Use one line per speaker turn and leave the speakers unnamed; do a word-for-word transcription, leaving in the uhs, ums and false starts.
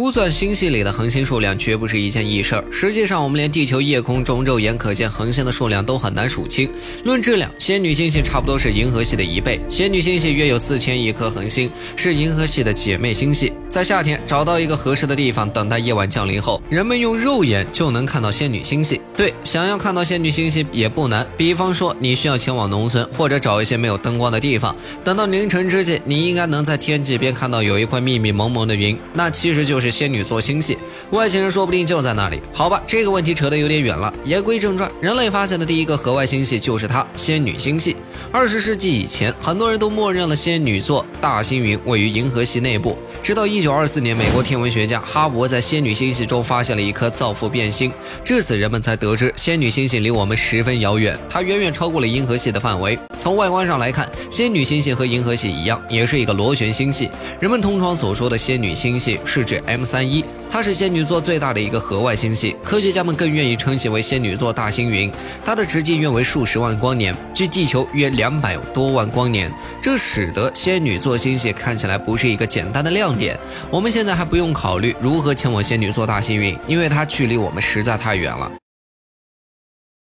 估算星系里的恒星数量绝不是一件易事儿。实际上，我们连地球夜空中肉眼可见恒星的数量都很难数清。论质量，仙女星系差不多是银河系的一倍。仙女星系约有四千亿颗恒星，是银河系的姐妹星系。在夏天找到一个合适的地方，等待夜晚降临后，人们用肉眼就能看到仙女星系。对，想要看到仙女星系也不难，比方说你需要前往农村，或者找一些没有灯光的地方。等到凌晨之际，你应该能在天际边看到有一块密密蒙蒙的云，那其实就是仙女座星系，外星人说不定就在那里。好吧，这个问题扯得有点远了。言归正传，人类发现的第一个河外星系就是它，仙女星系。二十世纪以前，很多人都默认了仙女座大星云位于银河系内部，直到一九二四年，美国天文学家哈勃在仙女星系中发现了一颗造父变星，至此人们才得知仙女星系离我们十分遥远，它远远超过了银河系的范围。从外观上来看，仙女星系和银河系一样，也是一个螺旋星系。人们通常所说的仙女星系是指 M 三十一， 它是仙女座最大的一个河外星系，科学家们更愿意称其为仙女座大星云。它的直径约为数十万光年，距地球约两百多万光年，这使得仙女座星系看起来不是一个简单的亮点。我们现在还不用考虑如何前往仙女座大星云，因为它距离我们实在太远了。